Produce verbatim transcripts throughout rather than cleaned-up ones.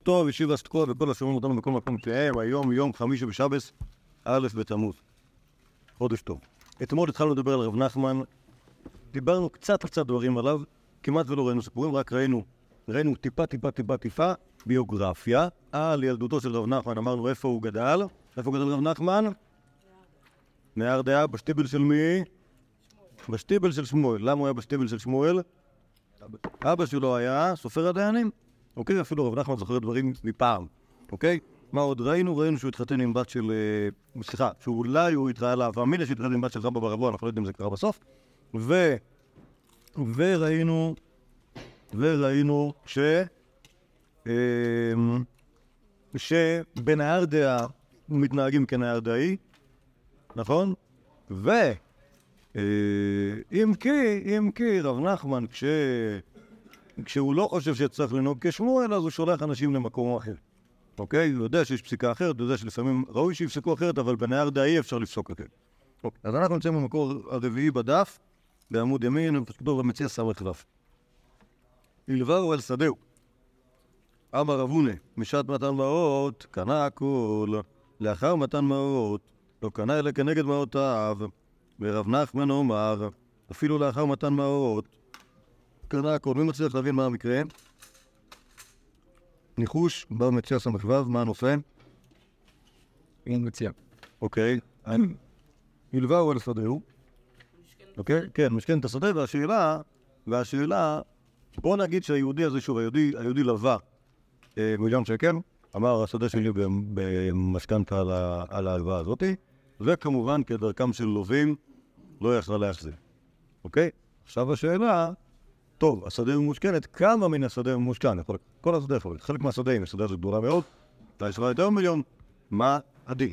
טוב, ישיבה סתקוע וכל השומעים אותנו בכל מקום תאם, היום יום חמישי בשבס, א' בתמוז. חודש טוב. אתמול התחלנו לדבר על רב נחמן, דיברנו קצת קצת דברים עליו, כמעט ולא ראינו סיפורים, רק ראינו, ראינו טיפה טיפה טיפה טיפה ביוגרפיה על ילדותו של רב נחמן, אמרנו איפה הוא גדל, איפה גדל רב נחמן? נהר דעה, בשטיבל של מי? בשטיבל של שמואל. למה הוא היה בשטיבל של שמואל? אבא שלו היה סופר הדיינים. אוקיי, אפילו רב נחמן זוכר דברים מפעם. אוקיי? מה עוד ראינו? ראינו שהוא התחתן עם בת של... סליחה, שאולי הוא התראה לה, ואמינה שהתחתן עם בת של רבא ברבו, אנחנו לא יודעים אם זה קרה בסוף. ו... וראינו... וראינו ש... שבנהר דעה מתנהגים כנהר דעי, נכון? ו... אם כי, אם כי רב נחמן, כש... כשהוא לא חושב שצריך לנהוג כשמואל, אז הוא שולח אנשים למקום אחר. אוקיי? הוא יודע שיש פסיקה אחרת, הוא יודע שלפעמים ראוי שיפסקו אחרת, אבל בנהר דעי אפשר לפסוק אחרת. אוקיי. אז אנחנו נמצאים במקור הרביעי בדף, בעמוד ימין, וכתוב במציע סמך רב. ילברו אל שדהו. אמר רב הונא, משעת מתן מעות, קנה הכל. לאחר מתן מעות, לא קנה אלא כנגד מעותיו. ורב נחמן אומר, אפילו לאחר מתן מעות, קנה הכל. מי מצליח להבין מה המקרה? ניחוש, בא מציע סמך וו, מה הנושא? אין מציע. אוקיי. ילברו אל שדהו. אוקיי? כן, משכן את השדה, והשאלה, והשאלה, בוא נגיד שהיהודי הזה, שוב, היהודי, היהודי לווה מיליון שקל, אמר השדה שלי במשכנתא על ההלוואה הזאת, וכמובן כדרכם של לווים לא יחזר להחזיר. אוקיי? עכשיו השאלה, טוב, השדה הוא מושכנת, כמה מן השדה הוא מושכן? כל השדה יכול להיות, חלק מהשדה, אם השדה זה גדולה מאוד, יש לך יותר מיליון, מה הדין?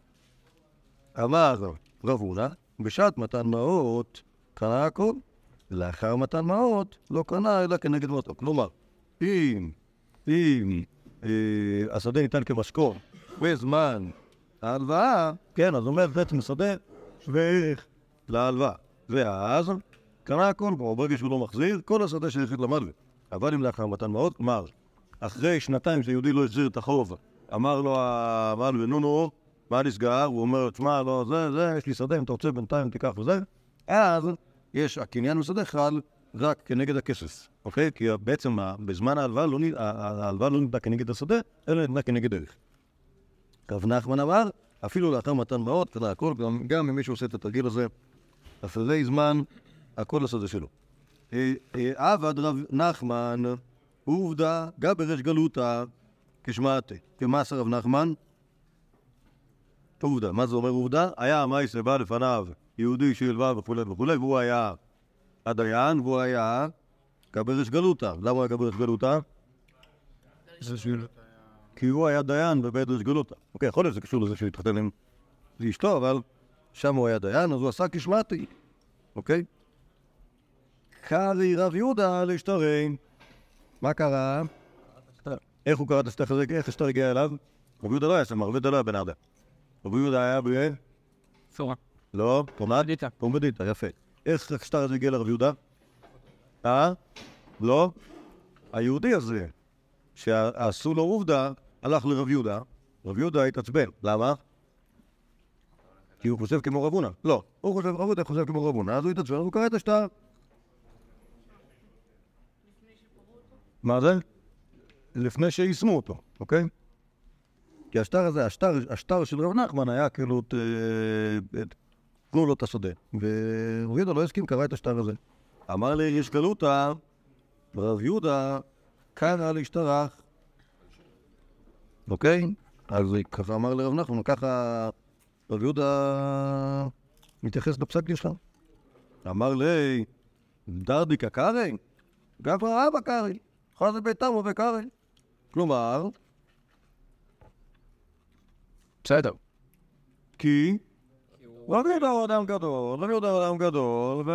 אמר רב הונא, בשעת מתן מעות קנה הכל, לאחר מתן מעות לא קנה אלא כנגד מעותיו. כלומר, אם, אם אה, השדה ניתן כמשכון בזמן ההלוואה, כן, אז אומר בעצם השדה שווה ערך להלוואה. ואז קנה הכל, כמו ברגע שהוא לא מחזיר, כל השדה שהחליט למדווה. אבל אם לאחר מתן מעות, כלומר, אחרי שנתיים שיהודי לא החזיר את החוב, אמר לו המלווה, נו נו, מה נסגר? הוא אומר, תשמע, לא, זה, זה, יש לי שדה, אם אתה רוצה בינתיים תיקח וזה. אז יש, הקניין בשדה חל רק כנגד הכסף, אוקיי? כי בעצם בזמן ההלוואה לא, ההלוואה לא ניתנה כנגד השדה, אלא ניתנה כנגד ערך. רב נחמן אמר, אפילו לאחר מתן מעות, קנה הכל, גם, גם אם מישהו עושה את התרגיל הזה, אחרי זמן, הכל השדה שלו. עבד רב נחמן, עובדה, גבר יש גלותה, כשמעתה. כמה עשה רב נחמן? עובדה, מה זה אומר עובדה? היה מייסה בא לפניו, יהודי שילווה וכו' וכו', והוא היה הדיין, והוא היה גבר יש גלותה. למה הוא היה גבר יש גלותה? כי הוא היה דיין בבית יש גלותה. אוקיי, יכול להיות שזה קשור לזה שהוא התחתן עם אשתו, אבל שם הוא היה דיין, אז הוא עשה כשמעתי. אוקיי? קרא רב יהודה להשתרן. מה קרה? איך הוא קרא את השטח הזה? איך השטר הגיע אליו? רב יהודה לא היה שם, רב יהודה לא היה בן ארדה. רב יהודה היה ב... צורה. לא, פומדיתא. פומדיתא, יפה. איך השטר הזה הגיע לרב יהודה? אה? לא? היהודי הזה, שעשו לו עובדה, הלך לרב יהודה. רב יהודה התעצבן. למה? כי הוא חושב כמו רב הונא. לא, הוא חושב, רב יהודה חושב כמו רב הונא, אז הוא התעצבן, הוא קרא את השטר. מה זה? לפני שיישמו אותו, אוקיי? כי השטר הזה, השטר, השטר של רב נחמן היה כאילו, תנו לו את השדה. ורב יהודה לא הסכים, קרא את השטר הזה. אמר לי, יש גלותה, רב יהודה קרא להשתרך. אוקיי? אז ככה אמר לרב נחמן, ככה רב יהודה מתייחס לפסק דין שלך. אמר לי, דרדיקה קרעי? גברא אבא קרעי. חז ביתם ובקרעי. כלומר, בסדר. כי רב יהודה הוא אדם גדול, רב יהודה הוא אדם גדול, ו...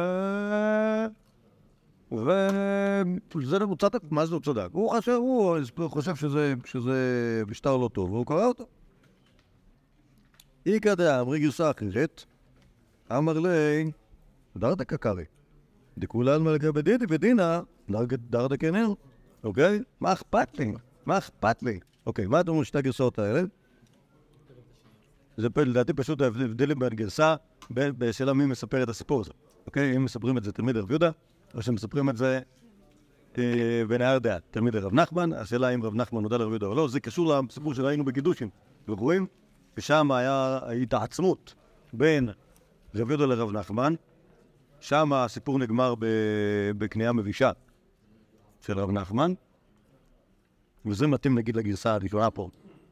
וזה נמוצת, מה זה הוא צודק? הוא חושב, הוא חושב שזה, שזה משטר לא טוב, והוא קרא אותו. איקא דאמרי גרסה אחרת, אמר לי, דרדקה קרעי. דכולן מלכה בדידי ודינה, דרדקה נר. אוקיי? מה אכפת לי? מה אכפת לי? אוקיי, מה אתם אומרים שתי הגרסאות האלה? זה לדעתי פשוט ההבדלים בין גרסה, בשאלה מי מספר את הסיפור הזה. אוקיי? אם מספרים את זה תלמיד רב יהודה, או שמספרים את זה בנהר דעת, תלמיד רב נחמן. השאלה אם רב נחמן נודע לרב יהודה או לא, זה קשור לסיפור שראינו בקידושין. וקוראים, ושם היה התעצמות בין רב יהודה לרב נחמן, שם הסיפור נגמר בקנייה מבישה של רב נחמן, וזה מתאים נגיד לגרסה הראשונה פה,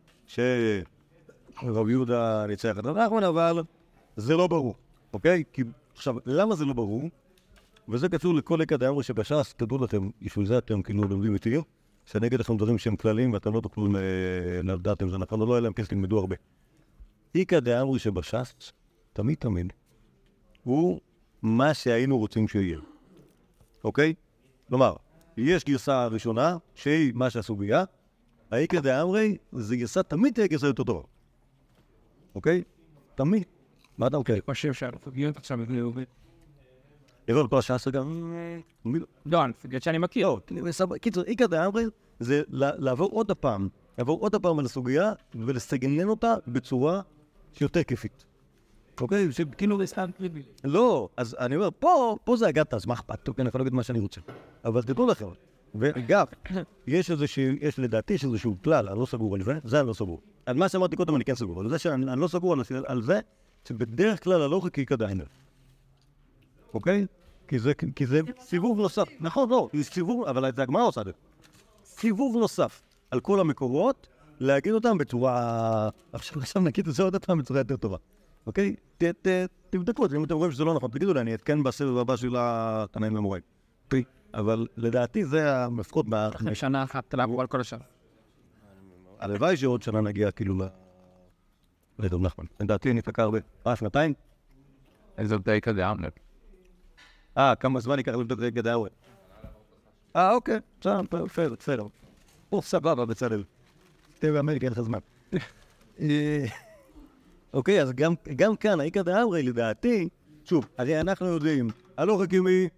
שרב יהודה ניצח את רב נחמן, אבל זה לא ברור, אוקיי? כי עכשיו, למה זה לא ברור? וזה קשור לכל לקד האמרי שבש"ס, תדעו לכם, בשביל זה אתם כאילו לומדים איתי, שאני אגיד לכם דברים שהם כלליים ואתם לא תוכלו לדעת אם זה נכון או לא, אלא אם כן תלמדו הרבה. לקד האמרי שבש"ס, תמיד תמיד, הוא מה שהיינו רוצים שיהיה, אוקיי? כלומר, יש גרסה ראשונה, שהיא מה שהסוגיה, האיקא דאמרי, זה גרסה, תמיד תהיה גרסה יותר טובה. אוקיי? תמיד. מה אתה אוקיי? אני חושב שהסוגיות עכשיו זה עובד. לראות כל השעה גם... לא, הסוגיות שאני מכיר. לא, קיצור, איקא דאמרי זה לעבור עוד הפעם, לעבור עוד הפעם על הסוגיה, ולסגנן אותה בצורה שיותר כיפית. אוקיי? כאילו זה סתם פריבילי. לא, אז אני אומר, פה, פה זה הגעת, אז מה אכפת? אני יכול להגיד מה שאני רוצה. אבל תדעו לכם, ואגב, יש איזשהו, יש לדעתי, יש איזשהו כלל, אני לא סגור על זה, זה אני לא סגור. על מה שאמרתי קודם אני כן סגור, על זה שאני לא סגור על זה, שבדרך כלל הלא חקי כדאי. אוקיי? כי זה, כי זה סיבוב נוסף. נכון, לא, זה סיבוב, אבל זה הגמרא עושה את זה. סיבוב נוסף על כל המקורות, להגיד אותם בצורה... עכשיו, עכשיו נגיד את זה עוד פעם בצורה יותר טובה. אוקיי? תבדקו את זה, אם אתם רואים שזה לא נכון, תגידו לי, אני אתקן בסבב הבא של התנאים למורה. אבל לדעתי זה המפחות... שנה אחת לעבור על כל השאר. הלוואי שעוד שנה נגיע כאילו ל... לדום נחמן. לדעתי נפקע הרבה. אה, שנתיים? איזה די כזה אמנר. אה, כמה זמן ייקח לבדוק רגע דאורי. אה, אוקיי. בסדר, בסדר, בסדר. או, סבבה, בצלאל. תהיה באמריקה, אין לך זמן. אוקיי, אז גם כאן, האיקא דאמרי, לדעתי, שוב, הרי אנחנו יודעים, הלא חכימי,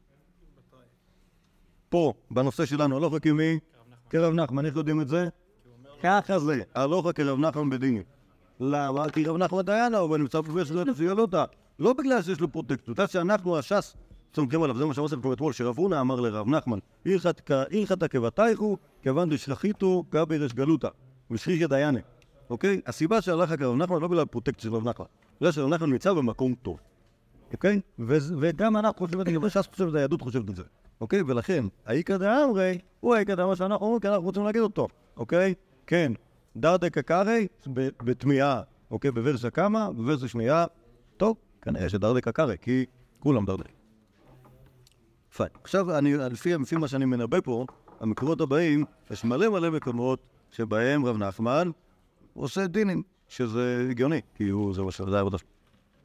פה, בנושא שלנו, הלא חכימי, כרב נחמן, איך יודעים את זה? ככה זה, הלא כרב נחמן בדיני. למה? כי רב נחמן דיינה, אבל נמצא בפרש את הציונות, לא בגלל שיש לו פרוטקציות, אז שאנחנו, הש"ס, סומכים עליו, זה מה שאמרתי פה אתמול, שרב הונא אמר לרב נחמן, הלכת כבתייכו, כיוון דשכחיתו גבי רש גלותא, ושכיחי דיינה. אוקיי? הסיבה שהלכה כרב נחמן לא בגלל פרוטקציה של רב נחמן, בגלל שרב נחמן נמצא במקום טוב. אוקיי? וגם אנחנו חושבים את זה, גם ש"ס חושבת, היהדות חושבת את זה. אוקיי? ולכן, האיקא דאמרי הוא האיקא דאמרי שאנחנו אומרים, כי אנחנו רוצים להגיד אותו. אוקיי? כן. דרדקא קרעי בתמיהה, אוקיי? בוורסיה קמא, בוורסיה שנייה. טוב, כנראה שדרדקא קרעי, כי כולם דרדק. פיין. עכשיו, אני, לפי, לפי מה שאני מנבא פה, המקורות הבאים, יש מלא מלא מקומות שבהם רב נחמן עושה דינים, שזה הגיוני, כי הוא, זה מה שזה העבודה שלו.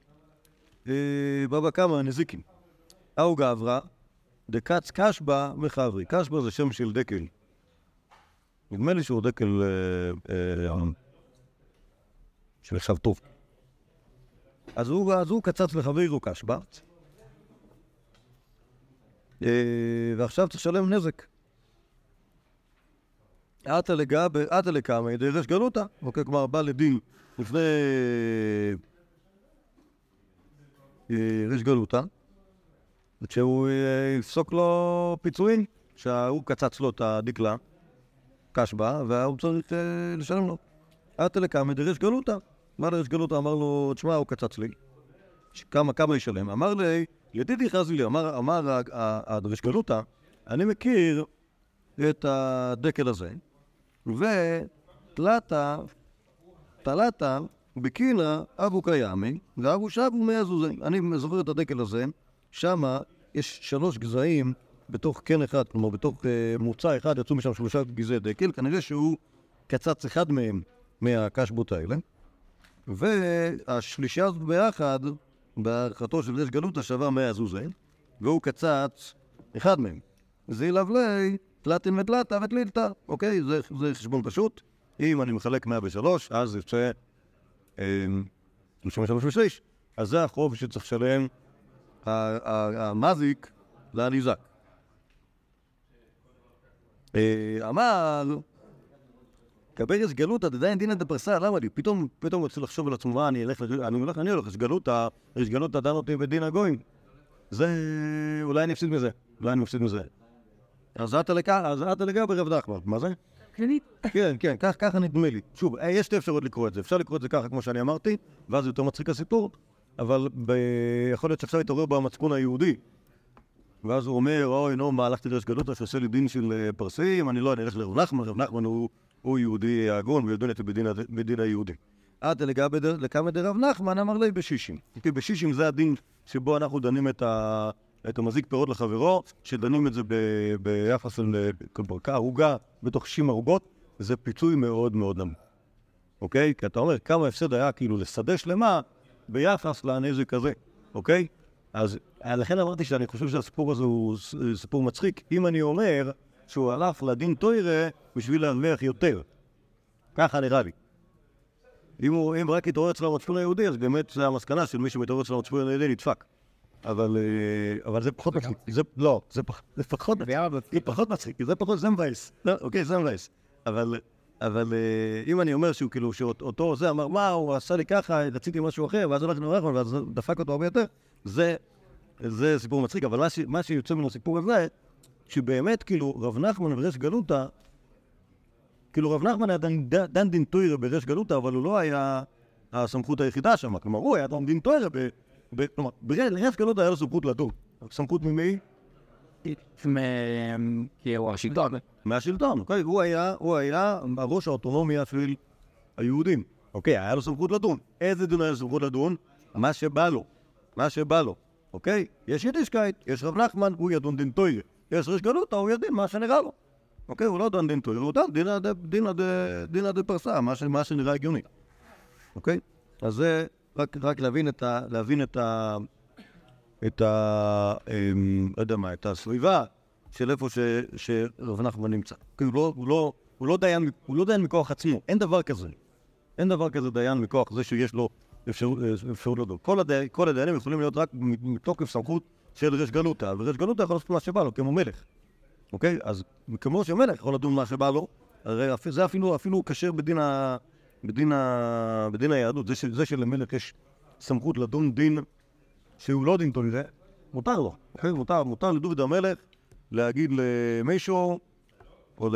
בבא קמא נזיקין. אהו גברא, דקץ קשבא מחברי. קשבא זה שם של דקל. נדמה לי שהוא דקל שנחשב טוב. אז הוא קצץ לחברו קשבא, ועכשיו צריך לשלם נזק. עתה לקמא דרש גלותא. אוקיי, כלומר, בא לדין לפני רש גלותא, שהוא יפסוק לו פיצויים, שהוא קצץ לו את הדקלה, קשבא, והוא צריך לשלם לו. עתה לקמא דרש גלותא. מה דרש גלותא? אמר לו, תשמע, הוא קצץ לי. כמה, כמה ישלם? אמר לי, ידידי חזי לי, אמר, אמר הדרש גלותא, אני מכיר את הדקל הזה, ותלתה, תלתה, בקילה אבו קיימי, ואבו שבו מהזוזי. אני זוכר את הדקל הזה, שם יש שלוש גזעים בתוך קן אחד, כלומר בתוך uh, מוצא אחד יצאו משם שלושה גזעי דקל, כנראה שהוא קצץ אחד מהם מהקשבות האלה, והשלישה הזאת ביחד, בערכתו של דרש גלותא שווה מאה זוזי, והוא קצץ אחד מהם. זה לבלי, תלתין ותלתה ותלילתה, אוקיי? זה, זה חשבון פשוט. אם אני מחלק מאה בשלוש, אז יוצא שלושים ושלוש ושליש. אז זה החוב שצריך לשלם המזיק לניזק. אמר לגבי ריש גלותא, דדיין דינא דפרסה, למה לי? פתאום, פתאום רוצה לחשוב על עצמו, מה, אני אלך, אני הולך, אני הולך, ריש גלותא, ריש גלותא דן אותי בדין הגויים. זה, אולי אני אפסיד מזה, אולי אני אפסיד מזה. אז אתה לכך, אז אתה לגבי רב נחמן, מה זה? כן, כן, כך, ככה נדמה לי. שוב, יש שתי אפשרות לקרוא את זה. אפשר לקרוא את זה ככה, כמו שאני אמרתי, ואז זה יותר מצחיק הסיפור, אבל ב... יכול להיות שאפשר להתעורר במצפון היהודי. ואז הוא אומר, אוי, נו, מה, הלכתי לריש גלותא שעושה לי דין של פרסים, אני לא, אני אלך לרב נחמן, רב נחמן הוא, הוא יהודי הגון, ויודון את בדין, בדין היהודי. עד לגבי לכמה דרב נחמן, אמר לי בשישים. כי בשישים זה הדין שבו אנחנו דנים את ה... את המזיק פירות לחברו, שדנים את זה ב... ביחס לברקה, הרוגה, בתוך שישים הרוגות, זה פיצוי מאוד מאוד נמוך. אוקיי? כי אתה אומר, כמה הפסד היה כאילו לשדה שלמה ביחס לנזק הזה, אוקיי? אז לכן אמרתי שאני חושב שהסיפור הזה הוא סיפור מצחיק, אם אני אומר שהוא הלך לדין תוירה בשביל להרוויח יותר. ככה נראה לי. אם, הוא, אם רק יתעורר אצל המצפון היהודי, אז באמת זה המסקנה של מי שמתעורר אצל המצפון היהודי נדפק. אבל, אבל זה פחות מצחיק. זה, לא, זה, פח, זה פחות מצחיק. זה פחות מצחיק, זה פחות, זה מבייס. לא, אוקיי, זה מבייס. אבל, אבל אם אני אומר שהוא כאילו, שאותו זה אמר, מה, הוא עשה לי ככה, רציתי משהו אחר, ואז הולך לרב נחמן, ואז דפק אותו הרבה יותר, זה, זה סיפור מצחיק. אבל מה, ש, מה שיוצא מן הסיפור הזה, שבאמת, כאילו, רב נחמן וריש גלותא, כאילו, רב נחמן היה דן, דן דין תוירה בריש גלותא, אבל הוא לא היה הסמכות היחידה שם. כלומר, הוא היה דן דין תוירה ב... כלומר, בריש גלותא היה לו סמכות לדון. סמכות ממי? מהשלטון. מהשלטון, אוקיי? הוא היה, הוא היה הראש האוטונומיה של היהודים. אוקיי, היה לו סמכות לדון. איזה דין היה לו סמכות לדון? מה שבא לו. מה שבא לו. אוקיי? יש יידישקייט, יש רב נחמן, הוא ידון דין תוירה. יש ריש גלותא, הוא ידין מה שנראה לו. אוקיי, הוא לא דן דין תוירה, הוא דן דינא דפרסה, מה שנראה הגיוני. אוקיי? אז זה רק, רק להבין את ה... להבין את ה... את ה... לא יודע מה, את הסביבה של איפה ש... שרב נחמן נמצא. כי הוא לא, הוא לא, הוא לא דיין, הוא לא דיין מכוח עצמו, אין דבר כזה. אין דבר כזה דיין מכוח זה שיש לו אפשרות, אפשרות לדון. כל, הדי... כל הדיינים יכולים להיות רק מתוקף סמכות של ריש גלותא, וריש גלותא יכול לעשות מה שבא לו, כמו מלך. אוקיי? אז כמו שמלך יכול לדון מה שבא לו, הרי זה אפילו, אפילו קשר בדין ה... בדין ה... בדין היהדות, זה, ש... זה שלמלך יש סמכות לדון דין שהוא לא דין תוירה, מותר לו. אוקיי? מותר, מותר לדוד המלך להגיד למישהו, או ל...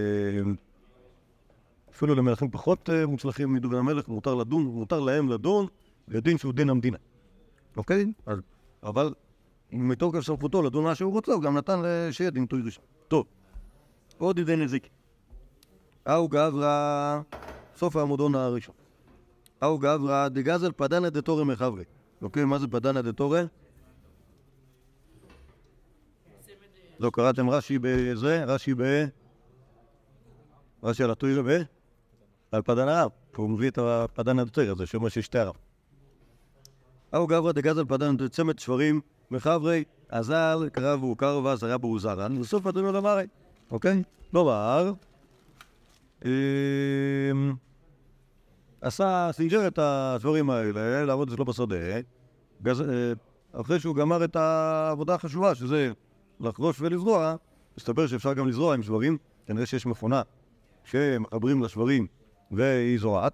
אפילו למלכים פחות מוצלחים מדוד המלך, מותר לדון, מותר להם לדון לדין שהוא דין המדינה. אוקיי? אז, אבל מתוקף סמכותו לדון מה שהוא רוצה, הוא גם נתן שיהיה דין תוירה. טוב, עוד ידי נזיק. אהו גברא, סוף העמודון הראשון. אהו גברא, דגזל פדנא דתורא מחברי. אוקיי, מה זה פדנא דתורא? לא קראתם רש"י בזה, רש"י ב... רש"י על התוירה ב... על פדנא רב. הוא מביא את הפדנא דתורא, זה שאומר שיש שתי הרב. אהו גברא דגזל פדנא צמד שברים מחברי, אזל קרב הוא קרבה, זרע בו זרען, וסוף הדברים למרי. אוקיי? כלומר, עשה, סינג'ר את הדברים האלה, לעבוד אצלו בשדה, אחרי שהוא גמר את העבודה החשובה, שזה לחרוש ולזרוע, מסתבר שאפשר גם לזרוע עם שברים, כנראה שיש מכונה שמחברים לשברים והיא זורעת.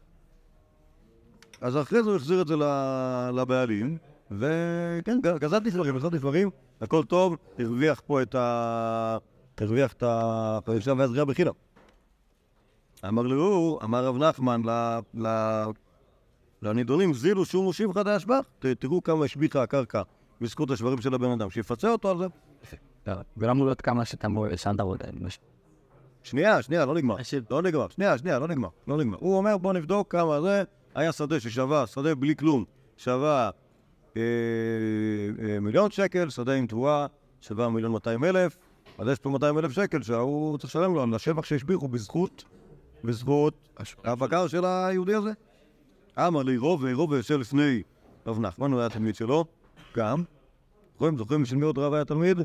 אז אחרי זה הוא החזיר את זה לבעלים, וכן, גזלתי שברים, גזלתי שברים, הכל טוב, הרוויח פה את ה... הרוויח את החרישה והזריעה בחינם. אמר לו, אמר רב נחמן לנידונים, זילו שום מושיב חדש בך, תראו כמה השביחה הקרקע בזכות השברים של הבן אדם, שיפצה אותו על זה. ולמה לא כמה שאתה מורה, שנת עבודה. שנייה, שנייה, לא נגמר. לא נגמר, שנייה, שנייה, לא נגמר. לא נגמר. הוא אומר, בוא נבדוק כמה זה, היה שדה ששווה, שדה בלי כלום, שווה מיליון שקל, שדה עם תבואה, שווה מיליון מאתיים אלף, אז יש פה מאתיים אלף שקל שהוא צריך לשלם לו על השבח שהשביחו בזכות, בזכות הבקר של היהודי הזה. אמר לי רובה, רובה יושב לפני רב נחמן, הוא היה תלמיד שלו, גם. זוכרים, זוכרים של מי עוד רב היה תלמיד?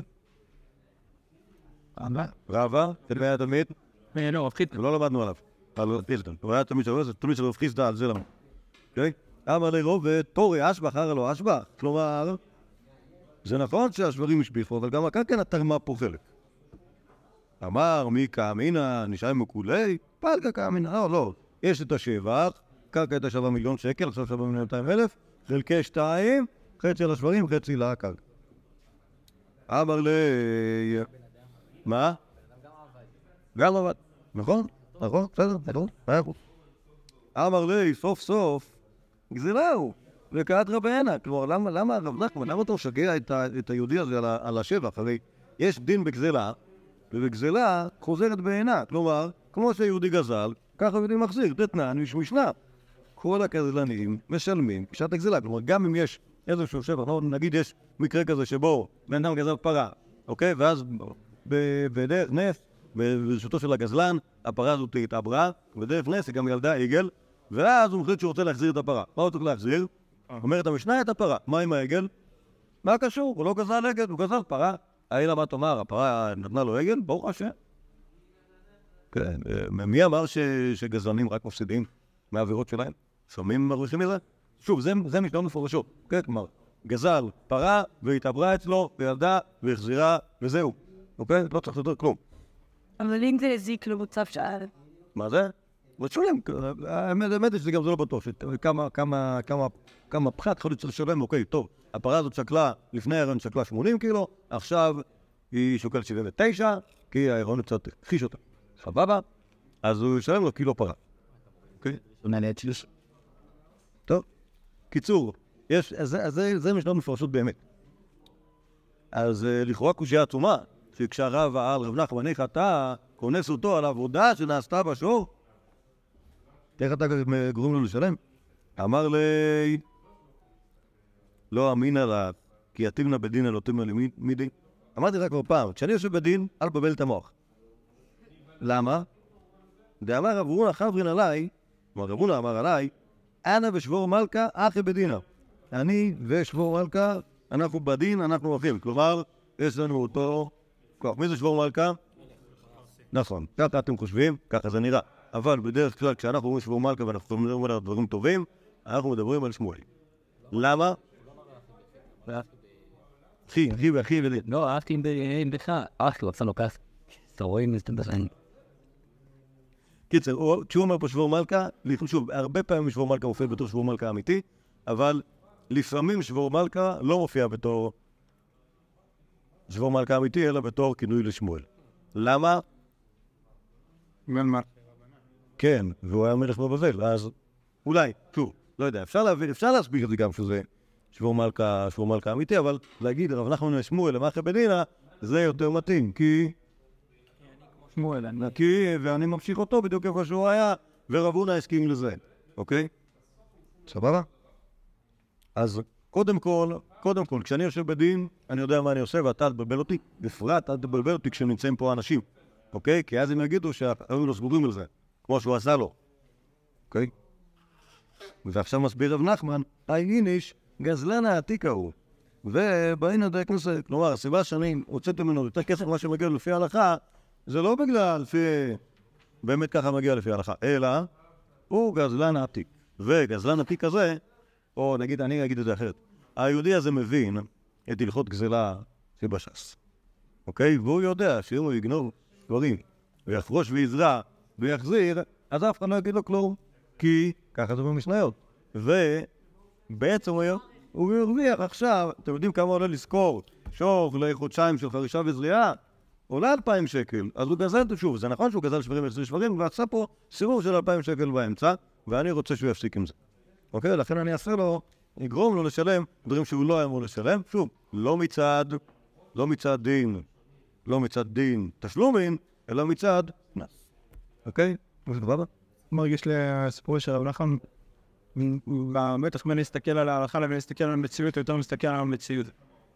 רבה? רבה, של מי היה תלמיד? לא, רב חיסדא. ולא למדנו עליו, על רב חיסדא. הוא היה תלמיד שלו, זה תלמיד של רב חיסדא, על זה למה. אוקיי? אמר לי רובה, תורי אשבח, הרי לא אשבח. כלומר, זה נכון שהשברים השביחו, אבל גם הקרקע תרמה פה חלק. אמר מי כאמינא נשאר מקולי, פלגה כאמין, לא, לא. יש את השבח, קרקע הייתה שווה מיליון שקל, עכשיו שווה מיליון מאתיים אלף, חלקי שתיים, חצי לשברים, חצי לקרקע. אמר לי... מה? גם עבד. נכון? נכון? בסדר? נכון? נכון. אמר לי, סוף סוף, גזילהו, וקעת רבנה. כלומר, למה, למה, הרב נחמן, למה אתה משגע את, ה, את היהודי הזה על, ה, על השבח? הרי יש דין בגזלה, ובגזלה חוזרת בעינה. כלומר, כמו שהיהודי גזל, ככה היהודי מחזיר, תתנן משנה. כל הגזלנים משלמים בשעת הגזלה. כלומר, גם אם יש איזשהו שבח, נגיד יש מקרה כזה שבו בן אדם גזל פרה, אוקיי? ואז בדרך נס, ברשותו של הגזלן, הפרה הזאת התעברה, בדרך נס היא גם ילדה עגל, ואז הוא מחליט שהוא רוצה להחזיר את הפרה. מה הוא צריך להחזיר? אומרת המשנה את הפרה. מה עם העגל? מה קשור? הוא לא גזל עגל, הוא גזל פרה. האלה מה תאמר, הפרה נתנה לו עגל? ברוך השם. כן, מי אמר שגזלנים רק מפסידים מהעבירות שלהם? שמים מרוויחים מזה? שוב, זה משנה מפורשות. כן, כלומר, גזל פרה והתעברה אצלו, וילדה והחזירה, וזהו. אוקיי? לא צריך יותר כלום. אבל אם זה הזיק למוצב שער. מה זה? לשלם. האמת היא שזה גם זה לא בטוח. כמה, כמה, כמה, כמה פחת יכול להיות לשלם, אוקיי, טוב. הפרה הזאת שקלה, לפני ההיריון שקלה שמונים קילו, עכשיו היא שוקלת שבעים ותשע, כי ההיריון קצת הכחיש אותה. סבבה? אז הוא ישלם לו קילו פרה. אוקיי? טוב. קיצור, יש, אז, אז זה, זה משנה מפרשות באמת. אז לכאורה קושיה עצומה, שכשהרב העל רב נחמן איך אתה כונס אותו על העבודה שנעשתה בשור, איך אתה גורם לו לשלם? אמר לי, לא אמין עליו, כי יתימנה בדין אלותים מידי. אמרתי לך כבר פעם, כשאני יושב בדין, אל תבלבל את המוח. למה? דאמר רב הונא חברין עליי, כלומר רב הונא אמר עליי, אנא ושבור מלכה אחי בדינה. אני ושבור מלכה, אנחנו בדין, אנחנו אחים. כלומר, יש לנו אותו כוח. מי זה שבור מלכה? נכון, ככה אתם חושבים, ככה זה נראה. אבל בדרך כלל, כשאנחנו אומרים שבור מלכה ואנחנו מדברים על דברים טובים, אנחנו מדברים על שמואל. למה? אחי, אחי ואחי ולי. לא, אהבתי עם בך. אהבתי, רצה לו כס. אתה רואה אם זה בסדר. קיצר, כשהוא אומר פה שבור מלכה, שוב, הרבה פעמים שבור מלכה מופיע בתור שבור מלכה אמיתי, אבל לפעמים שבור מלכה לא מופיע בתור שבור מלכה אמיתי, אלא בתור כינוי לשמואל. למה? כן, והוא היה מלך בבבל, אז אולי, שוב, לא יודע, אפשר להבין, אפשר להסביר את זה גם שזה שבור מלכה, שבור מלכה אמיתי, אבל להגיד, רב נחמן ושמואל למאחי בדינה, זה יותר מתאים, כי... שמואל, כי, ואני ממשיך אותו בדיוק איפה שהוא היה, ורב הונא הסכים לזה, אוקיי? סבבה? אז קודם כל, קודם כל, כשאני יושב בדין, אני יודע מה אני עושה, ואתה תבלבל אותי, בפרט, אתה תבלבל אותי כשנמצאים פה אנשים, אוקיי? כי אז הם יגידו שהיו לו סגורים על זה, כמו שהוא עשה לו, אוקיי? ועכשיו מסביר רב נחמן, האיניש גזלן העתיק ההוא, ובאים עדי הכנסת, כלומר, הסיבה שאני הוצאתי ממנו יותר כסף מה שמגיע לפי ההלכה, זה לא בגלל לפי... באמת ככה מגיע לפי ההלכה, אלא הוא גזלן העתיק. וגזלן העתיק הזה, או נגיד, אני אגיד את זה אחרת, היהודי הזה מבין את הלכות גזלה שבש"ס. אוקיי? והוא יודע שאם הוא יגנוב דברים, ויחרוש ויזרע ויחזיר, אז אף אחד לא יגיד לו כלום. כי ככה זה במשניות. ובעצם הוא ירוויח עכשיו, אתם יודעים כמה עולה לזכור שור לחודשיים של חרישה וזריעה? עולה אלפיים שקל, אז הוא גזל את שוב, זה נכון שהוא גזל שברים ועשרים שברים, ועשה פה סירוב של אלפיים שקל באמצע, ואני רוצה שהוא יפסיק עם זה. אוקיי? לכן אני אעשה לו, יגרום לו לשלם דברים שהוא לא אמור לשלם, שוב, לא מצד, לא מצד דין, לא מצד דין תשלומין, אלא מצד נס. אוקיי? זה סבבה? מרגיש לי הסיפור של רב נחמן, בטח בין להסתכל על ההלכה לבין להסתכל על המציאות, יותר מסתכל על המציאות.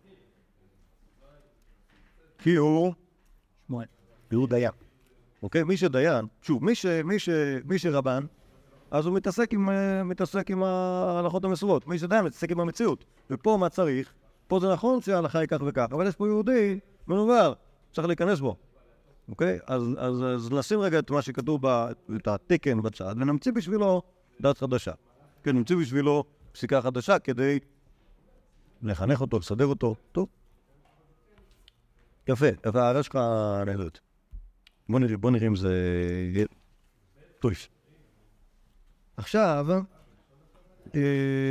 כי הוא... שמואל. הוא דיין. אוקיי? מי שדיין, שוב, מי, ש, מי, ש, מי שרבן, אז הוא מתעסק עם, מתעסק עם ההלכות המסורות. מי שדיין מתעסק עם המציאות. ופה מה צריך? פה זה נכון שההלכה היא כך וכך, אבל יש פה יהודי מנובר, צריך להיכנס בו. אוקיי? אז, אז, אז נשים רגע את מה שכתוב, את התקן בצד, ונמציא בשבילו דת חדשה. כן, נמציא בשבילו פסיקה חדשה כדי לחנך אותו, לסדר אותו. טוב. יפה, יפה, הערה שלך נהדרת. בוא נראה, בוא נראה אם זה... טוב. עכשיו, אה,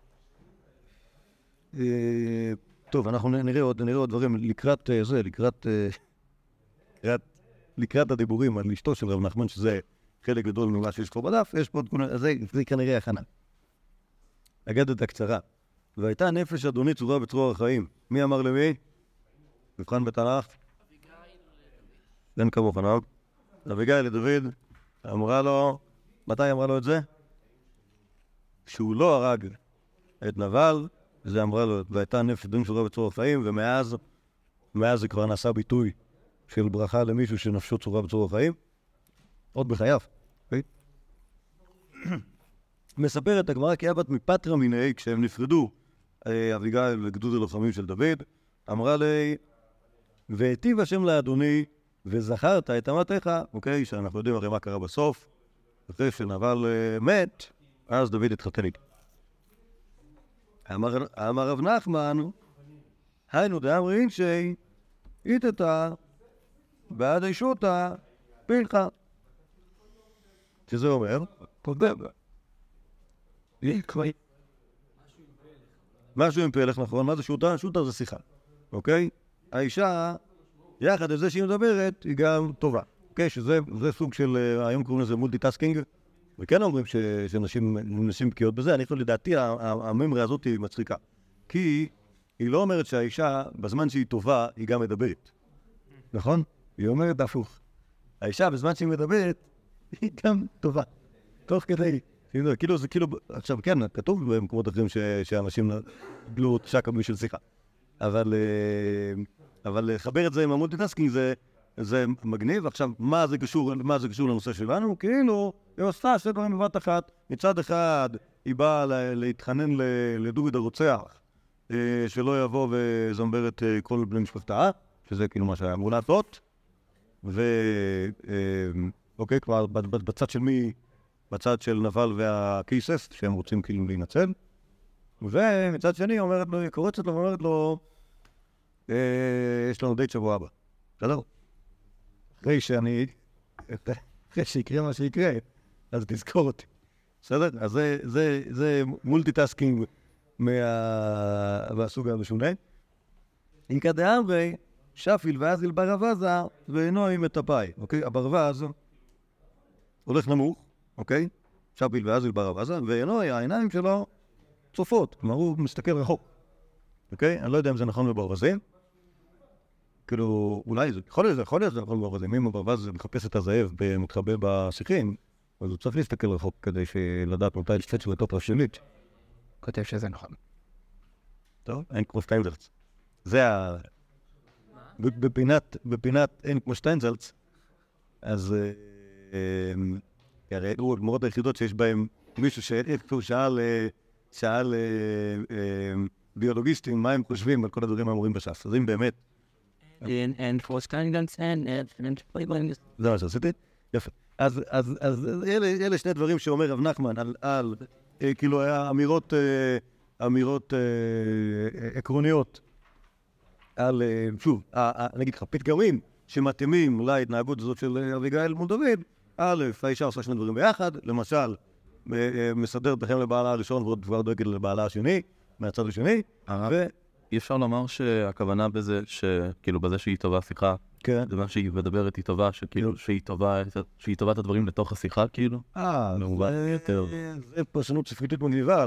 אה, טוב, אנחנו נראה עוד, נראה עוד דברים לקראת אה, זה, לקראת, אה, לקראת, לקראת הדיבורים על אשתו של רב נחמן, שזה חלק גדול ממה שיש פה בדף, יש פה עוד כונה, זה, זה כנראה הכנה. אגדת הקצרה. והייתה נפש אדוני צורה בצרור החיים. מי אמר למי? מבחן בתנ"ך. אין כמוך נהוג. אביגיל לדוד, אמרה לו, מתי אמרה לו את זה? שהוא לא הרג את נבל, זה אמרה לו, והייתה נפש אדוני צורה בצרור החיים, ומאז, מאז זה כבר נעשה ביטוי של ברכה למישהו שנפשו צורה בצרור החיים. עוד בחייו. מספרת הגמרא כי אבת מפטרה מיני, כשהם נפרדו, אביגיל וגדוד הלוחמים של דוד, אמרה לי, והיטיב השם לאדוני, וזכרת את אמתך, אוקיי, שאנחנו יודעים הרי מה קרה בסוף, אחרי שנבל מת, אז דוד התחתן איתו. אמר, אמר רב נחמן, היינו דאמרין שי, איתתה, בעד אישותה, פילחה. שזה אומר, פוגע בה. משהו עם פלך, נכון? מה זה שוטה? שוטה זה שיחה, אוקיי? האישה, יחד עם זה שהיא מדברת, היא גם טובה. אוקיי? שזה סוג של, היום קוראים לזה מולטיטאסקינג, וכן אומרים שנשים בקיאות בזה. אני חושב, לדעתי, הממרה הזאת היא מצחיקה. כי היא לא אומרת שהאישה, בזמן שהיא טובה, היא גם מדברת. נכון? היא אומרת הפוך. האישה, בזמן שהיא מדברת, היא גם טובה. תוך כדי. כאילו, זה כאילו, עכשיו כן, כתוב במקומות אחרים שאנשים קיבלו שקע בשביל שיחה. אבל, אבל לחבר את זה עם המולטיטאסקינג זה, זה מגניב. עכשיו, מה זה קשור, מה זה קשור לנושא שלנו? כאילו, היא עושה שתי דברים בבת אחת. מצד אחד, היא באה להתחנן לדוד הרוצח, שלא יבוא וזמבר את כל בני משפחתה, שזה כאילו מה שהיה אמור לעשות. ו... אוקיי, כבר בצד של מי... בצד של נבל והקיסס, שהם רוצים כאילו להינצל. ומצד שני, אומרת לו, היא קורצת לו ואומרת לו, יש לנו דייט שבוע הבא. בסדר? אחרי שאני, אחרי שיקרה מה שיקרה, אז תזכור אותי. בסדר? אז זה, זה, זה מולטיטאסקינג מהסוג המשונה. איקא דאמרי, שפיל ואזיל ברווז ואינו עם מטפאי. אוקיי? הברווז הולך נמוך. אוקיי? שפיל ואזיל ברווז, ואינוי, העיניים שלו צופות, כלומר הוא מסתכל רחוק. אוקיי? אני לא יודע אם זה נכון בברווזים. כאילו, אולי זה, יכול להיות, יכול להיות זה נכון בברווזים. אם הברווז מחפש את הזאב ומתחבא בשיחים, אז הוא צריך להסתכל רחוק כדי לדעת מתי לשפט של הטופ השלילית. כותב שזה נכון. טוב, אין כמו שטיינזלץ. זה ה... בפינת, בפינת אין כמו שטיינזלץ, אז... הרי אלו הגמרות היחידות שיש בהם מישהו שאיפה שאל, שאל ביולוגיסטים מה הם חושבים על כל הדברים האמורים בש"ס. אז אם באמת... אין פרוסטיינגנס, אין, אין פרוסטיינגנס. זה מה שעשיתי? יפה. אז אלה שני דברים שאומר רב נחמן על, כאילו, אמירות, אמירות עקרוניות, על, שוב, נגיד לך, פתגמים שמתאימים להתנהגות הזאת של אביגיל מול דוד, א', האישה עושה שני דברים ביחד, למשל, מסדרת לכם לבעלה הראשון ועוד כבר דואגת לבעלה השני, מהצד השני, ו... אי אפשר לומר שהכוונה בזה, שכאילו בזה שהיא טובה שיחה, כן. זה מה שהיא מדברת היא טובה, שכאילו שהיא טובה, שהיא טובה את הדברים לתוך השיחה, כאילו? אה, זה פרשנות ספריתית מגניבה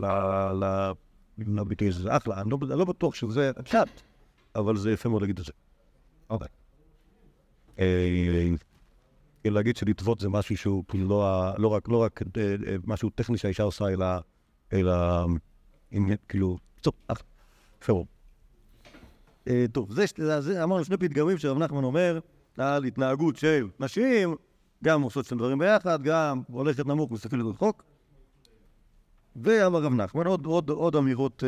לביטוי, זה אחלה, אני לא בטוח שזה פשט, אבל זה יפה מאוד להגיד את זה. אוקיי. כאילו להגיד שלטוות זה משהו שהוא לא רק משהו טכני שהאישה עושה, אלא כאילו, טוב, אחלה. פרו. טוב, זה אמרנו שני פתגמים שרב נחמן אומר על התנהגות של נשים, גם עושות שני דברים ביחד, גם הולכת נמוך, מסתכלת רחוק. ואמר רב נחמן, עוד אמירות,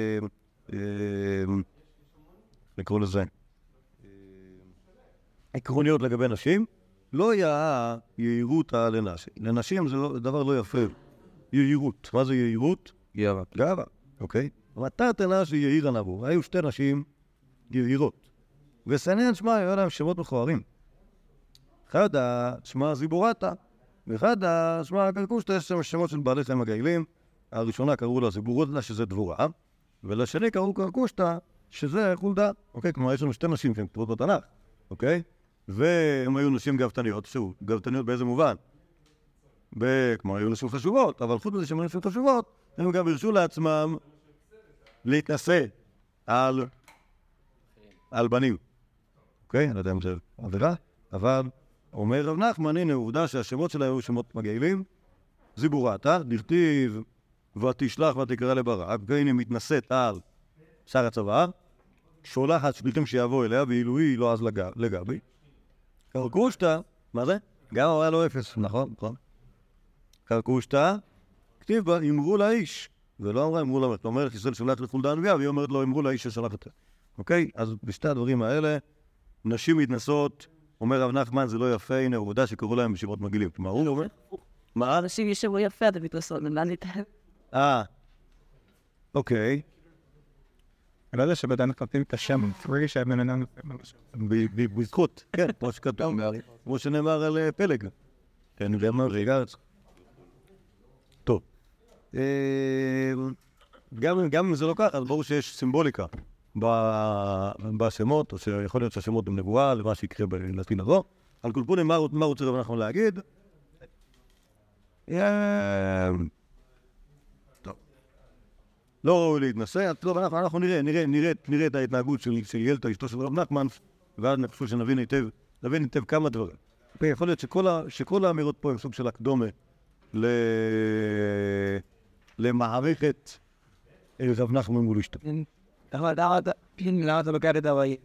נקרא לזה, עקרוניות לגבי נשים, לא יאה יהירותה לנשים. לנשים זה דבר לא יפה. יהירות. מה זה יהירות? גאווה. גאווה, אוקיי. ומתת תנה שיהיר הנבוא. היו שתי נשים יהירות. וסנן שמה, היו להם שמות מכוערים. אחד שמה זיבורתה, ואחד, השמע קרקושטה, יש שם שמות של בעלי חיים מגעילים. הראשונה קראו לה זיבורודלה, שזה דבורה, ולשני קראו קרקושטה, שזה חולדה. אוקיי? כלומר, יש לנו שתי נשים שהן כתובות בתנ"ך, אוקיי? והן היו נשים גאוותניות, שוב, גאוותניות באיזה מובן? כלומר, היו נשים חשובות, אבל חוץ מזה שהן נשים חשובות, הם גם הרשו לעצמם להתנשא על, על בנים. אוקיי? אני לא יודע אם זה עבירה, אבל אומר רב נחמן, הנה, עובדה שהשמות שלה היו שמות מגעילים, זיבורתה, דכתיב, ותשלח ותקרא לברק, והנה מתנשאת על שר הצבא, שולחת שליחים שיבוא אליה, ואילו היא לא אז לגבי. קרקושטה, מה זה? גם היה לו אפס, נכון? נכון. קרקושטה, כתיב בה, אמרו לאיש, ולא אמרה אמרו למלך, המלך ישראל שולח לחולדה הנביאה, והיא אומרת לו, אמרו לאיש ששלח אותה. אוקיי? אז בשתי הדברים האלה, נשים מתנסות, אומר רב נחמן, זה לא יפה, הנה עובדה שקראו להם בשמות מגעילים. כלומר, הוא אומר, מה? אנשים ישבו יפה, אתה מתנסות, מה ניתן? אה, אוקיי. אני לא יודע שבדן כותבים את השם, פרי שהבן אדם... בזכות, כן, כמו שכתוב, כמו שנאמר על פלג. כן, אני יודע מה רגע. טוב. גם אם זה לא ככה, אז ברור שיש סימבוליקה בשמות, או שיכול להיות שהשמות הם נבואה, למה שיקרה בלטין הזו. על כל פנים, מה רוצה רב נחמן להגיד? לא ראוי להתנסה, טוב, אנחנו נראה, נראה, נראה, נראה את ההתנהגות של ילתה, אשתו של רב נחמן, ואז נחשוב שנבין היטב, נבין היטב כמה דברים. יכול להיות שכל האמירות פה הם סוג של הקדומה למערכת רב נחמן מול אשתו. למה אתה לוקח את הוואי?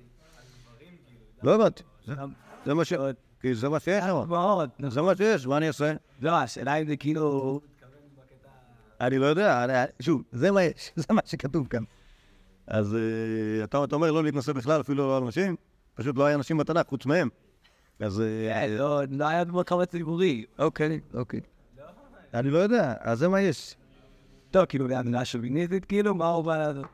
לא הבנתי, זה מה ש... כי זה מה שיש, זה מה שיש, מה אני אעשה? לא, השאלה אם זה כאילו... אני לא יודע, שוב, זה מה יש, זה מה שכתוב כאן. אז אתה אומר לא להתנסה בכלל, אפילו לא על אנשים, פשוט לא היה אנשים בתנ"ך חוץ מהם. אז... לא היה במקום ציבורי. אוקיי, אוקיי. אני לא יודע, אז זה מה יש. טוב, כאילו, לאמנה שוביניסטית, כאילו, מה הוא בא לעשות?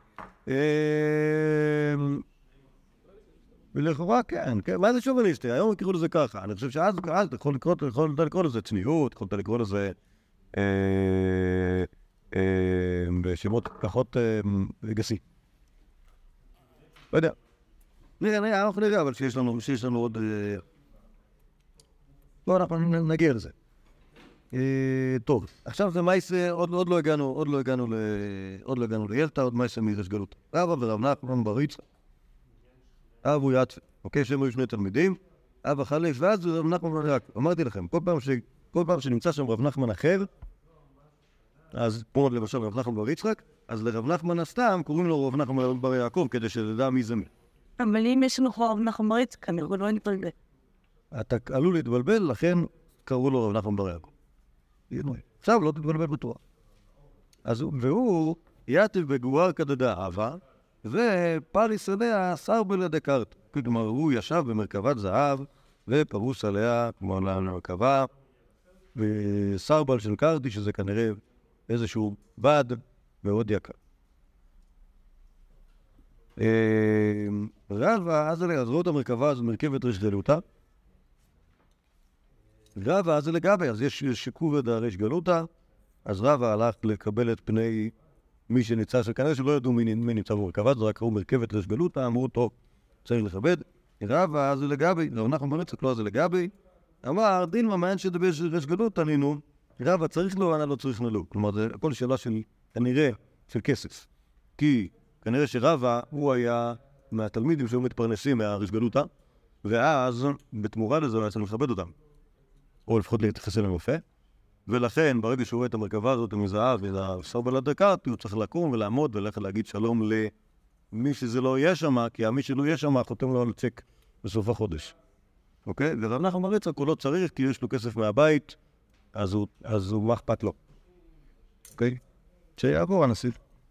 ולכאורה כן, מה זה שוביניסטי? היום יקראו לזה ככה. אני חושב שאז אתה יכול לקרוא לזה צניעות, יכולת לקרוא לזה בשמות פחות גסי. לא יודע. נראה, אנחנו נראה, אבל שיש לנו עוד... לא, אנחנו נגיע לזה. טוב, עכשיו זה מייסה, עוד לא הגענו, עוד לא הגענו ל... עוד לא הגענו לילתה, עוד מייסה מירש גלות. רבא ורב נחמן בר יצחק. אבו יצפה, אוקיי, שהם היו שני תלמידים, אבא חלף, ואז רב נחמן בר יצחק. אמרתי לכם, כל פעם, ש... כל פעם שנמצא שם רב נחמן אחר, אז פה למשל רב נחמן בר יצחק, אז לרב נחמן הסתם קוראים לו רב נחמן בר יעקב, כדי שתדע מי זה מי. אבל אם יש לנו רב נחמן בר יצחק, אני לא נתבלבל. אתה עלול להתבלבל, לכן קראו לו רב נחמן בר יעקב. עכשיו לא תתבלבל בתורה. אז והוא יתב בגואר כדדה אבה, ופריס עליה סרבלה דקארט. כלומר, הוא ישב במרכבת זהב, ופרוס עליה, כמו על המרכבה, וסרבל של קרטי, שזה כנראה איזשהו בד מאוד יקר. רבא, אז עזרו את המרכבה, אז מרכבת רשגלותה. רבא, אז לגבי, אז יש שיקוב דהרי גלותה, אז רבא הלך לקבל את פני מי שניצא, שכנראה שלא ידעו מי נמצא במרכבה, זה רק ראו מרכבת רשגלותה, אמרו, טוב, צריך לכבד. רבא, אז לגבי, רב נחמן בר יצחק, לא אז לגבי, אמר, דין ממען שדבר רשגלותה נינו, רבא צריך לו, אני לא צריך לו. כלומר, זה הכל שאלה של, כנראה, של כסף. כי כנראה שרבא, הוא היה מהתלמידים שהיו מתפרנסים מהרשגלותה, ואז, בתמורה לזה, הוא היה צריך לכבד אותם. או לפחות להתייחס אליהם יפה, ולכן ברגע שהוא רואה את המרכבה הזאת מזהב וסרבלה דקארט, הוא צריך לקום ולעמוד וללכת להגיד שלום למי שזה לא יהיה שם, כי מי שלא יהיה שם חותם לו על צ'ק בסוף החודש. אוקיי? ורב נחמן בר יצחק הוא לא צריך כי יש לו כסף מהבית, אז הוא, אז הוא מה אכפת לו. אוקיי? שיעבור הנשיא.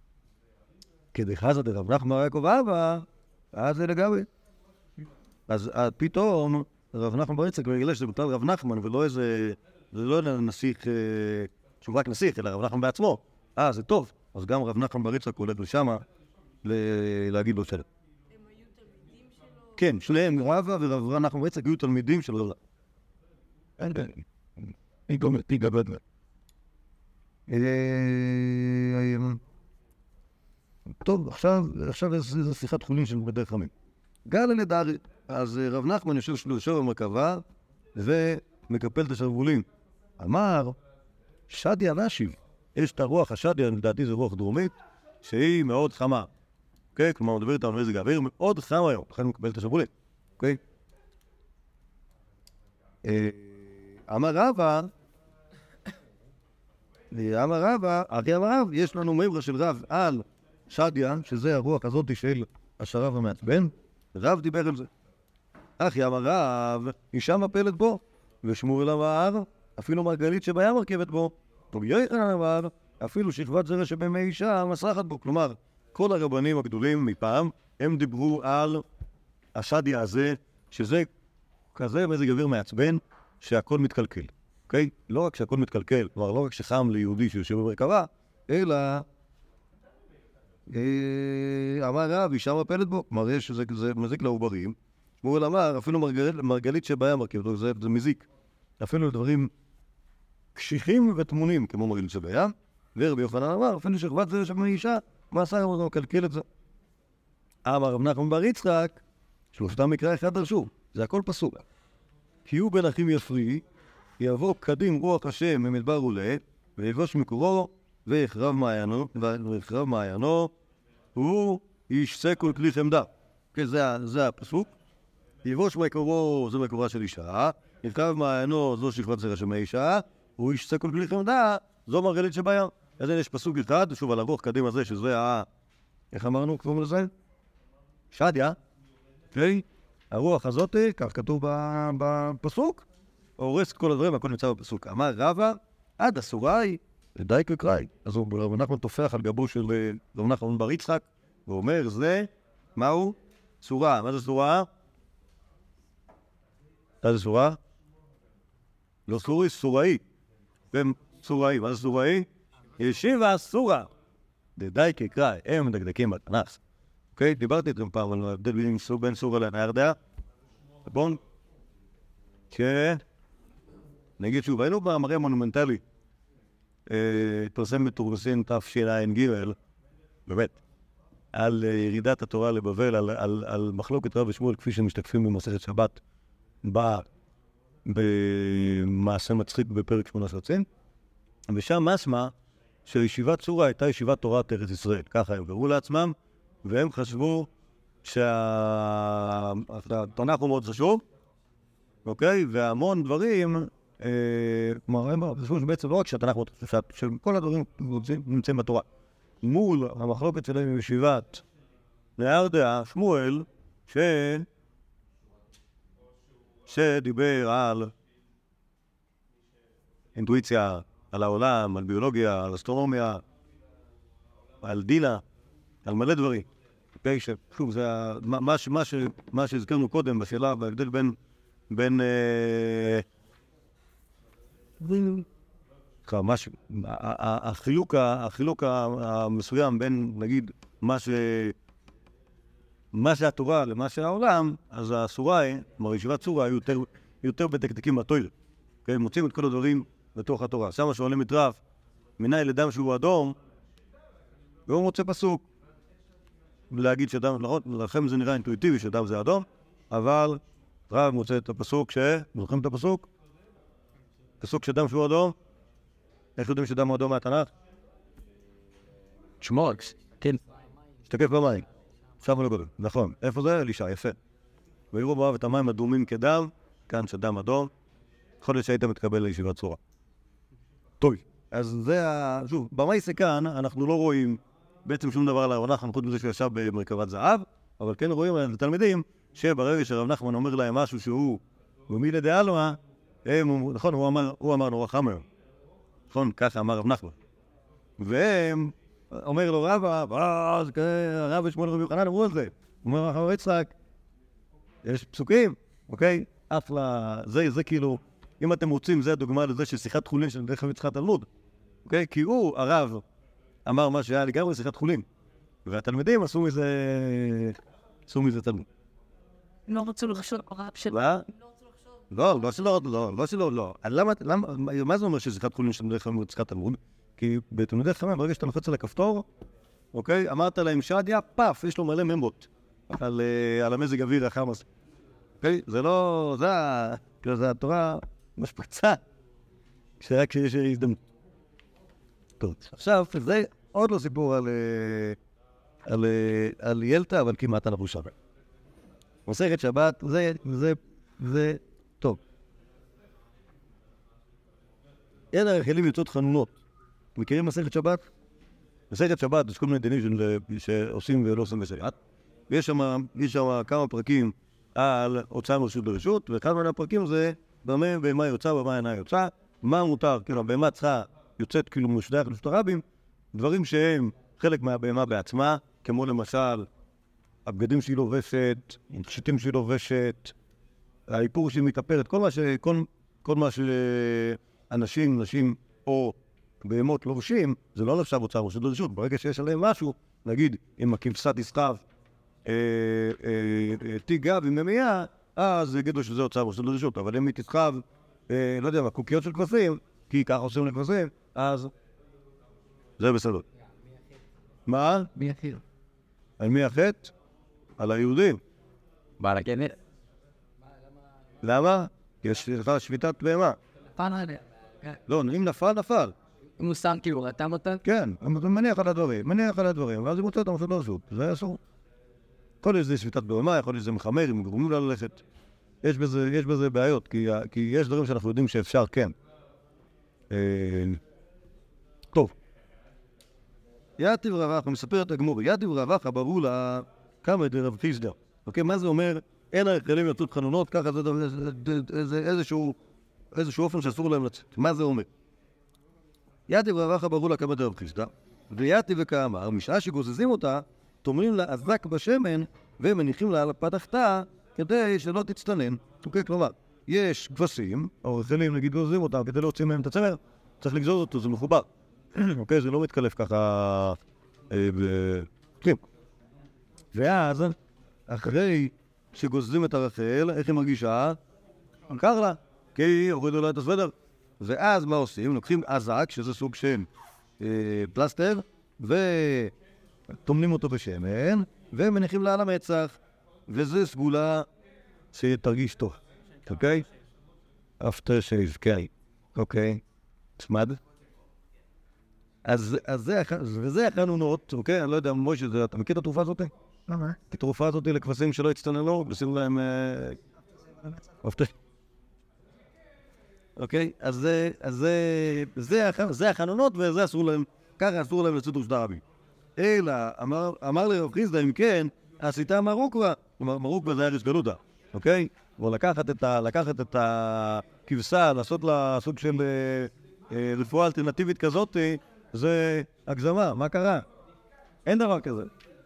כדחזה דרב נחמן בר יעקב אבא, אז זה לגבי. אז פתאום רב נחמן בר יצחק בגלל שזה בכלל רב נחמן ולא איזה, זה לא נסיך, שהוא רק נסיך, אלא רב נחמן בעצמו. אה, זה טוב. אז גם רב נחמן בר יצחק הולך לשמה להגיד לו שלום. הם היו תלמידים שלו? כן, שניהם, רבא ורב נחמן בר יצחק היו תלמידים של רבא. פיגבד. טוב, עכשיו, עכשיו זו שיחת חולין של בדרך חמים. גל הנדרי, אז רב נחמן יושב שלושה במרכבה ומקפל את השרוולים. אמר, שדיה נשיב, יש את הרוח השדיה, לדעתי זו רוח דרומית, שהיא מאוד חמה. אוקיי? כלומר, מדבר איתנו מזג האוויר, מאוד חם היום, לכן הוא מקבל את השרוולים. אוקיי? אמר רבא, אמר רבא, אחי אמר רב, יש לנו מימרה של רב על שדיה, שזה הרוח הזאת של השרב המעצבן, רב דיבר על זה. אחי אמר רב, אישה מפלת בו, ושמואל אמר, אפילו מרגלית שבים מרכבת בו, רבי יוחנן אמר, אפילו שכבת זרע שבמי אישה מסרחת בו. כלומר, כל הרבנים הגדולים מפעם, הם דיברו על השדיה הזה, שזה כזה מזג אוויר מעצבן, שהכל מתקלקל. אוקיי? לא רק שהכל מתקלקל, כלומר, לא רק שחם ליהודי שיושב במרכבה, אלא אמר רב, אישה מפלת בו. כלומר, יש שזה מזיק לעוברים. שמואל אמר, אפילו מרגלית, מרגלית שבים מרכבת, זה, זה מזיק. אפילו לדברים קשיחים ותמונים, כמו מרגלית שבים. ורבי יוחנן אמר, אפילו שכבת זרע שבמי אישה, מה עשה הוא מקלקל את זה? אמר רב נחמן בר יצחק, שלושתם מקרא אחד דרשו, זה הכל פסוק. כי הוא בן אחים יפרי, יבוא קדים רוח השם ממדבר עולה, ויבוש מקורו, ויחרב מעיינו, ויחרב מעיינו, הוא ישצה כל כלי חמדה. כן, זה, זה הפסוק. יבוש מקורו, זה מקורה של אישה, יחרב מעיינו, זו שכבת זרע שבמי אישה, הוא ישצה כל כלי חמדה, זו מרגלית שבים. אז יש פסוק אחד, שוב על הרוח קדים הזה, שזה ה... איך אמרנו? קוראים לזה? שדיה. אוקיי? הרוח הזאת, כך כתוב בפסוק, הורס את כל הדברים, הכל נמצא בפסוק. אמר רבא, עד אסוראי, די כקראי. אז רב נחמן תופח על גבו של רב נחמן בר יצחק, ואומר, זה, מהו? סורה. מה זה סורה? מה זה סורה? לא סורי, סוראי. סוראי. מה זה סוראי? ישיבה סורה. די כקראי. הם מדקדקים בתנ"ך. אוקיי? דיברתי איתכם פעם על ההבדל בין סורה לנהרדעה. בואו. כן. נגיד שוב, היינו במראה מונומנטלי. התפרסם בתורסין תשע"ג, באמת, על ירידת התורה לבבל, על, על, על מחלוקת רב ושמואל, כפי שמשתקפים במסכת שבת, במעשה מצחיק בפרק שמונה עשרה, ושם משמע שישיבת סורה הייתה ישיבת תורת ארץ ישראל. ככה הם קראו לעצמם, והם חשבו שהתנ"ך הוא מאוד חשוב, אוקיי? והמון דברים, כלומר, הם חשבו שבעצם לא רק שהתנ"ך מאוד חשוב, שכל הדברים נמצאים בתורה. מול המחלוקת שלהם עם ישיבת נהרדעה, שמואל, ש... שדיבר על אינטואיציה, על העולם, על ביולוגיה, על אסטרונומיה, על דינה, על מלא דברים. אוקיי, שוב, זה מה, מה, מה שהזכרנו קודם בשאלה, בהבדל בין, בין, אה, ממש, החילוק, החילוק המסוים בין, נגיד, מה ש... מה שהתורה למה שהעולם, אז הסוראי, כלומר, ישיבת סורה, היו יותר, יותר בדקדקים בתוירה. אוקיי, מוצאים את כל הדברים בתוך התורה. שמה שעולה מטרף, מנהל לדם שהוא אדום, והוא מוצא פסוק. להגיד שדם, לכם זה נראה אינטואיטיבי שדם זה אדום, אבל רב מוצא את הפסוק ש... זוכרים את הפסוק? פסוק שדם שהוא אדום? איך יודעים שדם הוא אדום מהתנ"ך? שמות, כן. שתקף במים. עכשיו הוא לא גודל. נכון. איפה זה? אלישע, יפה. ויראו באב את המים אדומים כדם, כאן שדם אדום. יכול להיות שהיית מתקבל לישיבת צורה. טוב. אז זה ה... שוב, במייסה כאן אנחנו לא רואים בעצם שום דבר על הרב נחמן, חוץ מזה שהוא ישב במרכבת זהב, אבל כן רואים על התלמידים שברגע שרב נחמן אומר להם משהו שהוא במילי דעלמא, הם, נכון, הוא אמר, הוא אמר נורא חמר. נכון, ככה אמר רב נחמן. והם, אומר לו רבא, אז הרב ושמואל רבי יוחנן אמרו על זה. הוא אומר, הרב יצחק, יש פסוקים, אוקיי? אחלה, זה, זה כאילו, אם אתם רוצים, זה הדוגמה לזה של שיחת חולין של דרך מצחת תלמוד. אוקיי? כי הוא, הרב, אמר מה שהיה לגמרי שיחת חולין. והתלמידים עשו מזה, עשו מזה תלמוד. לא רצו לחשוב הרב של... מה? לא רצו לחשוב לא, לא שלא, לא, לא שלא, לא. למה, למה, מה זה אומר שזכת חולין של תלמידי חכמים וצריכת תלמוד? כי בתלמידי חכמים, ברגע שאתה לוחץ על הכפתור, אוקיי, אמרת להם שדיה, פאף, יש לו מלא ממבות על, על המזג אוויר החמאס. אוקיי? זה לא, זה, כאילו, זה התורה משפצה, כשרק כשיש הזדמנות. טוב, עכשיו, זה עוד לא סיפור על, על, על ילתא, אבל כמעט אנחנו שם. מסכת שבת, זה, זה, זה, טוב. אין הרחלים יוצאות חנונות. מכירים מסכת שבת? מסכת שבת, יש כל מיני דינים של, שעושים ולא עושים בשבת. ויש שם, יש שם כמה פרקים על הוצאה מרשות לרשות, ואחד מן הפרקים זה במה בהמה יוצא, במה אינה יוצא, מה מותר, כאילו, הבהמה צריכה יוצאת כאילו משודח לרשות הרבים, דברים שהם חלק מהבהמה בעצמה, כמו למשל, הבגדים שהיא לובשת, השיטים שהיא לובשת, האיפור שהיא מתאפרת, כל מה ש... כל, כל מה שאנשים, נשים או בהמות לובשים, זה לא נחשב הוצאה מרשות לרשות. ברגע שיש עליהם משהו, נגיד, עם הכבשה תסחב, תיק גב עם ממייה, אז יגידו שזה הוצאה מרשות לרשות. אבל אם היא תסחב, לא יודע, קוקיות של כבשים, כי ככה עושים לכבשים, אז זה בסדר. מה? מי יחיר? על מי החטא? על היהודים. בעל הכנס? למה? כי יש לך שביתת בהמה. נפל עליה. לא, אם נפל, נפל. אם הוא שם כאילו רתם אותה? כן, הוא מניח על הדברים, מניח על הדברים, ואז הוא מוצא אותם שלא עשו. זה אסור. יכול להיות שזה שביתת בהמה, יכול להיות שזה מחמר, אם גורמים לה ללכת. יש בזה, יש בזה בעיות, כי, כי יש דברים שאנחנו יודעים שאפשר, כן. טוב. יתיב רבך, הוא מספר את הגמור, יתיב רבך ברור לה כמה דרב חיסדא. אוקיי, מה זה אומר? אין הרחלים יוצאות חנונות, ככה זה, זה, זה, זה איזשהו, איזשהו אופן שאסור להם לצאת. מה זה אומר? יתיב רבך ברור לה כמה דרב חיסדא, ויתיב וכאמר, משעה שגוזזים אותה, תומרים לה אזק בשמן, ומניחים לה על פתחתה, כדי שלא תצטנן. אוקיי, כלומר, יש כבשים, או רחלים, נגיד, גוזזים אותם, כדי להוציא מהם את הצמר, צריך לגזוז אותו, זה מחובר. אוקיי, זה לא מתקלף ככה... כן. ואז, אחרי שגוזזים את הרחל, איך היא מרגישה? קר לה, כי הורידו לה את הסוודר. ואז מה עושים? לוקחים אזק, שזה סוג של פלסטר, וטומנים אותו בשמן, ומניחים לה על המצח. וזה סגולה שתרגיש טוב. אוקיי? אפטר שייב, כן. אוקיי. צמד. אז, אז זה, וזה החנונות, אוקיי? אני לא יודע, מוישה, אתה מכיר את התרופה הזאת? למה? את התרופה הזאת לכבשים שלא הצטננו, לשים להם... אופטר. אוקיי? אז זה, אז זה, זה, זה החנונות, וזה אסור להם, ככה אסור להם לצאת רשות הרבים. אלא, אמר, אמר לרב חיסדא, אם כן, עשיתה מרוקווה. כלומר, מרוקווה זה ארץ גלותא, אוקיי? או לקחת את ה, לקחת את הכבשה, לעשות לה סוג של אה, רפואה אלטרנטיבית כזאת, זה הגזמה, מה קרה? אין דבר כזה.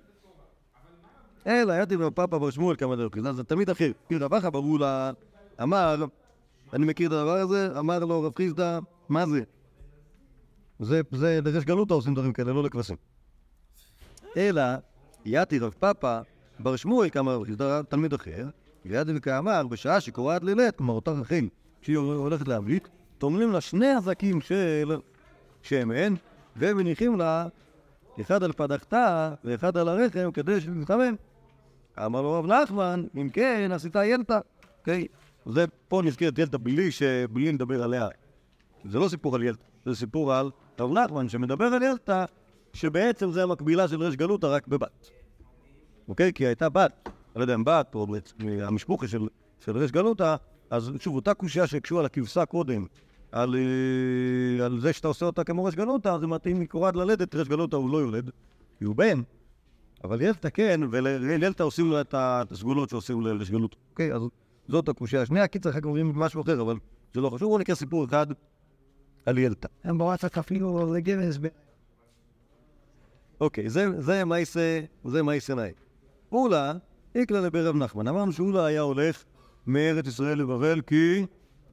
אלא, יתיב רב פאפא בר שמואל כמה דרך כזה, זה תמיד אחר. כי רב אחא ברור לה, אמר, אני מכיר את הדבר הזה, אמר לו רב חיסדא, מה זה? זה, זה, לרש גלותא עושים דברים כאלה, לא לכבשים. אלא, יתיב רב פאפא בר שמואל כמה רב חיסדא, תלמיד אחר, ויתיב כאמר, בשעה שקורעת לילת, כלומר אותה רחל, כשהיא הולכת להמליט, תומלים לה שני הזקים של שמן, ומניחים לה אחד על פדחתה ואחד על הרחם כדי שתתחמם. אמר לו רב נחמן, אם כן, עשיתה ילתא. אוקיי? זה פה נזכרת ילתא בלי שבלי נדבר עליה. זה לא סיפור על ילתא, זה סיפור על רב נחמן שמדבר על ילתא, שבעצם זה המקבילה של רש גלותא רק בבת. אוקיי? כי הייתה בת, אני לא יודע אם בת או המשפחה של, של רש גלותא, אז שוב, אותה קושיה שהקשו על הכבשה קודם, על, על זה שאתה עושה אותה כמו רש גלותא, אז אם היא קורעת ללדת, רש גלותא הוא לא יולד, כי הוא בן, אבל ילתא כן, ולילתא עושים לו את הסגולות שעושים לרש גלותא. אוקיי, אז זאת הקושיה השנייה, קיצר, אחר כך אומרים משהו אחר, אבל זה לא חשוב, בואו נקרא סיפור אחד על ילתא. הם ברצת אפילו לגרס ב... אוקיי, זה, זה מייסה, זה מייסה נאי. אולה, איקלה לברב נחמן, אמרנו שאולה היה הולך מארץ ישראל לבבל, כי...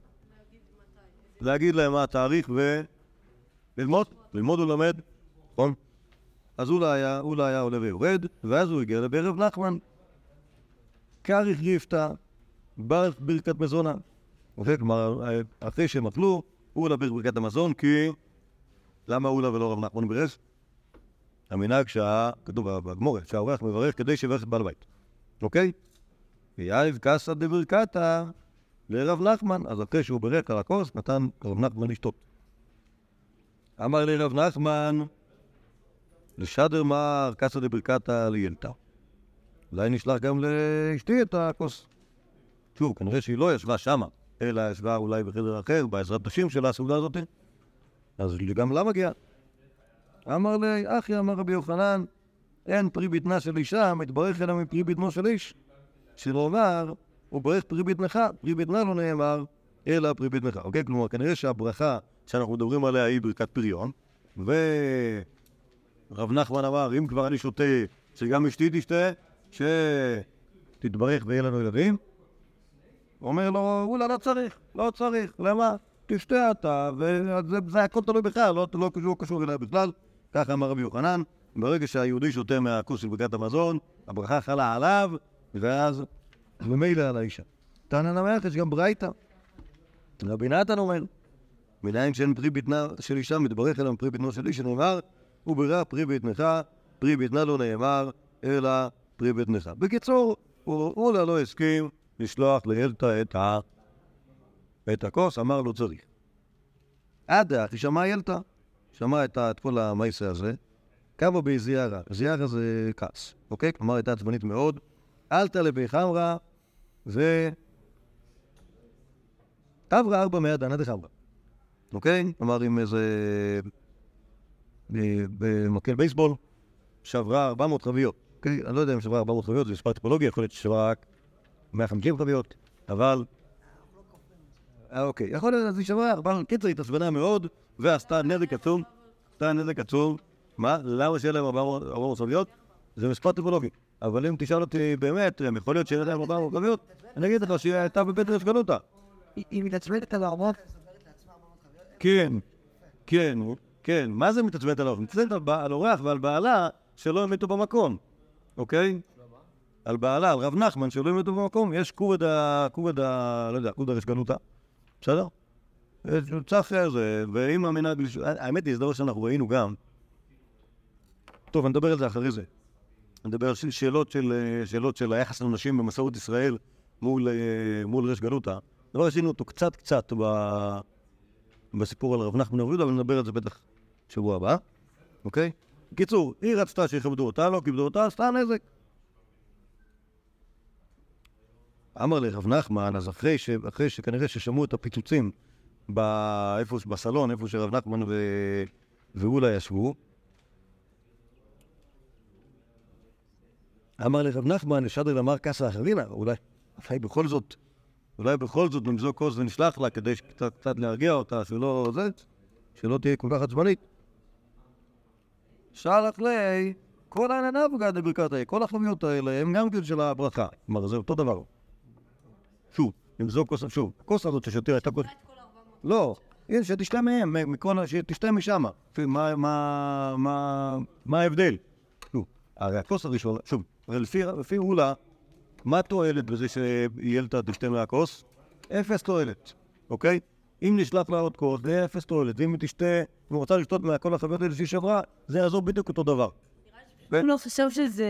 להגיד להם מה התאריך וללמוד, ללמוד ולמד, נכון? אז אולה היה, אולה היה עולה ויורד, ואז הוא הגיע לברב נחמן. קריך ריפתא, ברך ברכת מזונה. אוקיי? כלומר, אחרי שהם אכלו, אולה בירך ברכת המזון, כי... למה אולה ולא רב נחמן בירך? המנהג שה... כתוב בגמורה, שהאורח מברך כדי שיברך את בעל הבית. אוקיי? ויאיב קסא דברכתא לרב נחמן, אז אחרי שהוא בירך על הכוס, נתן רב נחמן לשתות. אמר לי רב נחמן, לשדר מר קסא דברכתא לילתא. אולי נשלח גם לאשתי את הכוס. שוב, כנראה שהיא לא ישבה שמה, אלא ישבה אולי בחדר אחר, בעזרת נשים של הסעודה הזאת. אז גם לה מגיע. אמר לי, אחי, אמר רבי יוחנן, אין פרי בטנה של אישה, מתברך אלא מפרי בטנו של איש. שלומר, הוא ברך פרי בטנך, פרי בטנה לא נאמר, אלא פרי בטנך. אוקיי? כלומר, כנראה שהברכה שאנחנו מדברים עליה היא ברכת פריון, ורב נחמן אמר, אם כבר אני שותה, שגם אשתי תשתה, שתתברך ויהיה לנו ילדים. הוא אומר לו, אולי לא צריך, לא צריך, למה? תשתה אתה, וזה הכל תלוי בך, לא, לא קשור, קשור אליה בכלל. ככה אמר רבי יוחנן, ברגע שהיהודי שותה מהכוס של ברכת המזון, הברכה חלה עליו, ואז ממילא על האישה. תנן המלך, יש גם ברייתא. רבי נתן אומר, מנין שאין פרי בטנה של אישה, מתברך אלא מפרי בטנו של איש, נאמר, הוא בירך פרי בטנך, פרי בטנה לא נאמר, אלא פרי בטנך. בקיצור, הוא אולי לא הסכים לשלוח לילתא את ה... את הכוס, אמר לו צריך. עד אחי שמע ילתא, שמע את, את כל המייסה הזה, קמה בזיארה, זיארה זה כעס, אוקיי? כלומר, הייתה עצבנית מאוד, עלתא לבי חמרא, ו... תברא ארבע מאה דנא דחמרא, אוקיי? כלומר, עם איזה... במקל בייסבול, שברה ארבע מאות חביות, אוקיי? אני לא יודע אם שברה ארבע מאות חביות, זה מספר טיפולוגי, יכול להיות ששברה רק מאה וחמישים חביות, אבל... אוקיי, יכול להיות, אז היא שברה, ארבע קיצר, היא התעצבנה מאוד, ועשתה נזק עצום, עשתה נזק עצום. מה? למה שיהיה להם ארבע מאות חביות? זה מספר טיפולוגי. אבל אם תשאל אותי באמת, יכול להיות שיהיה להם ארבע מאות חביות, אני אגיד לך שהיא הייתה בבית רשגנותא. היא מתעצבנת על הארבע? כן, כן, כן. מה זה מתעצבנת על הארבע? מתעצבנת על אורח ועל בעלה שלא המתו במקום, אוקיי? על בעלה, על רב נחמן שלא המתו במקום, יש כובד ה... כובד ה... לא יודע, כובד הרשגנותא. בסדר? צריך זה, ואם המנהג... האמת היא, זה דבר שאנחנו ראינו גם. טוב, אני מדבר על זה אחרי זה. אני מדבר על שאלות של, שאלות של היחס לנשים במסורת ישראל מול, מול רש גלותא. דבר עשינו אותו קצת קצת ב... בסיפור על רב נחמן בר יהודה, אבל נדבר על זה בטח שבוע הבא. אוקיי? בקיצור, היא רצתה שיכבדו אותה, לא כיבדו אותה, עשתה נזק. אמר לרב נחמן, אז אחרי, ש... אחרי שכנראה ששמעו את הפיצוצים באיפה... בסלון, איפה שרב נחמן ו... ואולה ישבו, אמר לרב נחמן, שדר למר קסא אחרינה, אולי, אולי בכל זאת, אולי בכל זאת נמזוג כוס ונשלח לה כדי שקצת, קצת להרגיע אותה, שלא זה, שלא תהיה כל כך עצבנית. שלח לי, כל הענייניו גד ברכת, כל החביות האלה הם גם כן של הברכה. כלומר, זה אותו דבר. שוב, נמזוג כוס, שוב, הכוס הזאת ששתיר הייתה כוס... לא, הנה, שתשתה מהם, מכל... שתשתה משם. מה, מה, מה, מה ההבדל? שוב, הרי הכוס הראשון, שוב, לפי, לפי אולה, מה תועלת בזה שילתא תשתה מהכוס? אפס תועלת, אוקיי? אם נשלח לה עוד כוס, זה אפס תועלת. ואם היא תשתה, אם רוצה לשתות מהכל החביות האלה שהיא שברה, זה יעזור בדיוק אותו דבר. אני לא חושב שזה...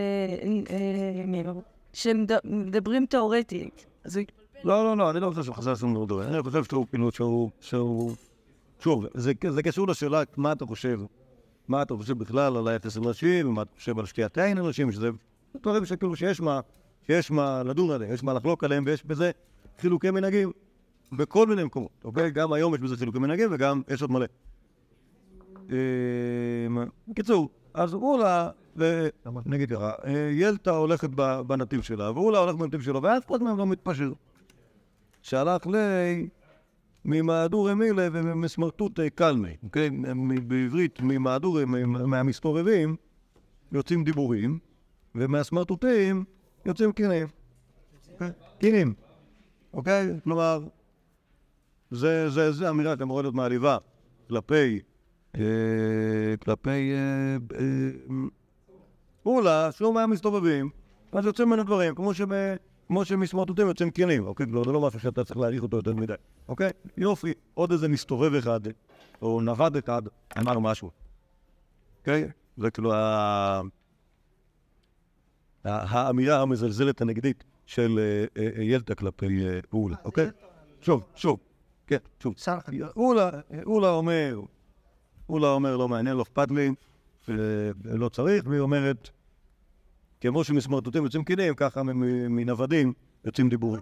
שמדברים תיאורטית. לא, לא, לא, אני לא חושב שהוא חסר שום דבר. אני חושב שהוא פעילות שהוא... שוב, זה קשור לשאלה מה אתה חושב. מה אתה חושב בכלל על היחס לנשים, ומה אתה חושב על שתיית יין לנשים, שזה... אתה רואה שכאילו שיש מה, שיש מה לדון עליהם, יש מה לחלוק עליהם, ויש בזה חילוקי מנהגים בכל מיני מקומות, אוקיי? גם היום יש בזה חילוקי מנהגים, וגם יש עוד מלא. בקיצור, אז אולה, נגיד ככה, ילתא הולכת בנתיב שלה, ואולה הולך בנתיב שלו, ואף אחד מהם לא מתפשר. שהלך לי ממהדורי מילה ומסמרטוטי קלמי, אוקיי? בעברית, ממהדורי, מהמסתובבים, יוצאים דיבורים, ומהסמרטוטים יוצאים קינים. קינים. אוקיי? כלומר, זה, זה, זה אמירה שאתה מורד להיות מעליבה כלפי, כלפי אולה, שהוא מהמסתובבים, אז יוצאים ממנו דברים, כמו כמו שמסמרטוטים יוצאים כנים, אוקיי? לא, זה לא משהו שאתה צריך להעריך אותו יותר מדי, אוקיי? יופי, עוד איזה מסתובב אחד, או נווד אחד, אמרנו משהו. אוקיי? זה כאילו ה... האמירה המזלזלת הנגדית של ילתה כלפי אולה, אוקיי? שוב, שוב, כן, שוב. אולה, אולה אומר, אולה אומר, לא מעניין, לא אכפת לי, לא צריך, והיא אומרת, כמו שמסמרטוטים יוצאים כנים, ככה מנוודים יוצאים דיבורים.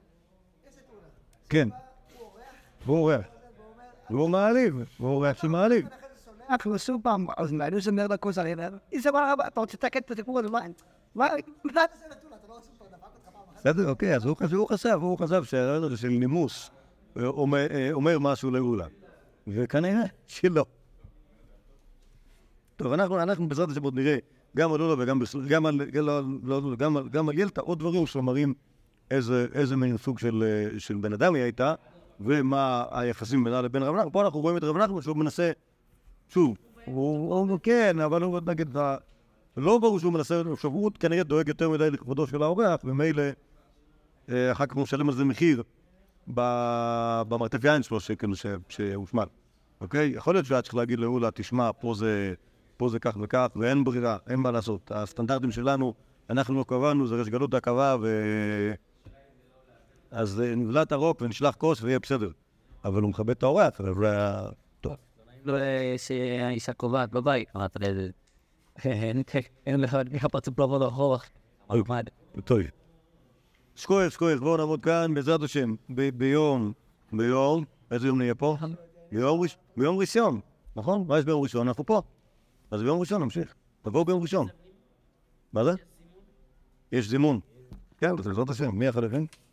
כן. הוא אורח. הוא מעליב, הוא אורח שמעליב. אנחנו שוב פעם, אז מעלו שמר לקוס עליהם, איזה מה, אתה רוצה לתקן את הסיפור הזה, מה? מה? מה? בסדר, אוקיי, אז הוא חשב, הוא חשב שהרעיון הזה של נימוס אומר משהו לאולה, וכנראה שלא. טוב, אנחנו בעזרת השם עוד נראה גם על אולה וגם גם על ילתה עוד דברים שמראים איזה מין סוג של בן אדם היא הייתה, ומה היחסים בינה לבין רב נחמן. פה אנחנו רואים את רב נחמן שהוא מנסה, שוב, הוא כן, אבל הוא נגיד, לא ברור שהוא מנסה, הוא כנראה דואג יותר מדי לכבודו של האורח, ומילא אחר כך הוא משלם על זה מחיר במרתף יין שלו שהושמד. אוקיי? יכול להיות שהיה צריך להגיד לאולה, תשמע, פה זה... פה זה כך וכך, ואין ברירה, אין מה לעשות. הסטנדרטים שלנו, אנחנו לא קבענו, זה ריש גלות הקבע, ו... אז נבלע את הרוק ונשלח כוס ויהיה בסדר. אבל הוא מכבד את האורח, אבל זה היה... טוב. לא, שהאישה קובעת בבית, אמרת לזה. אין לך, איך הפרצוף לעבוד אחורה. טוב. שקוייך, שקוייך, בואו נעמוד כאן, בעזרת השם, ביום, ביום, איזה יום נהיה פה? ביום ראשון, נכון? מה יש ביום ראשון? אנחנו פה. אז ביום ראשון נמשיך. תבואו ביום ראשון. מה זה? יש זימון. כן, בעזרת השם. מי יכול לכן?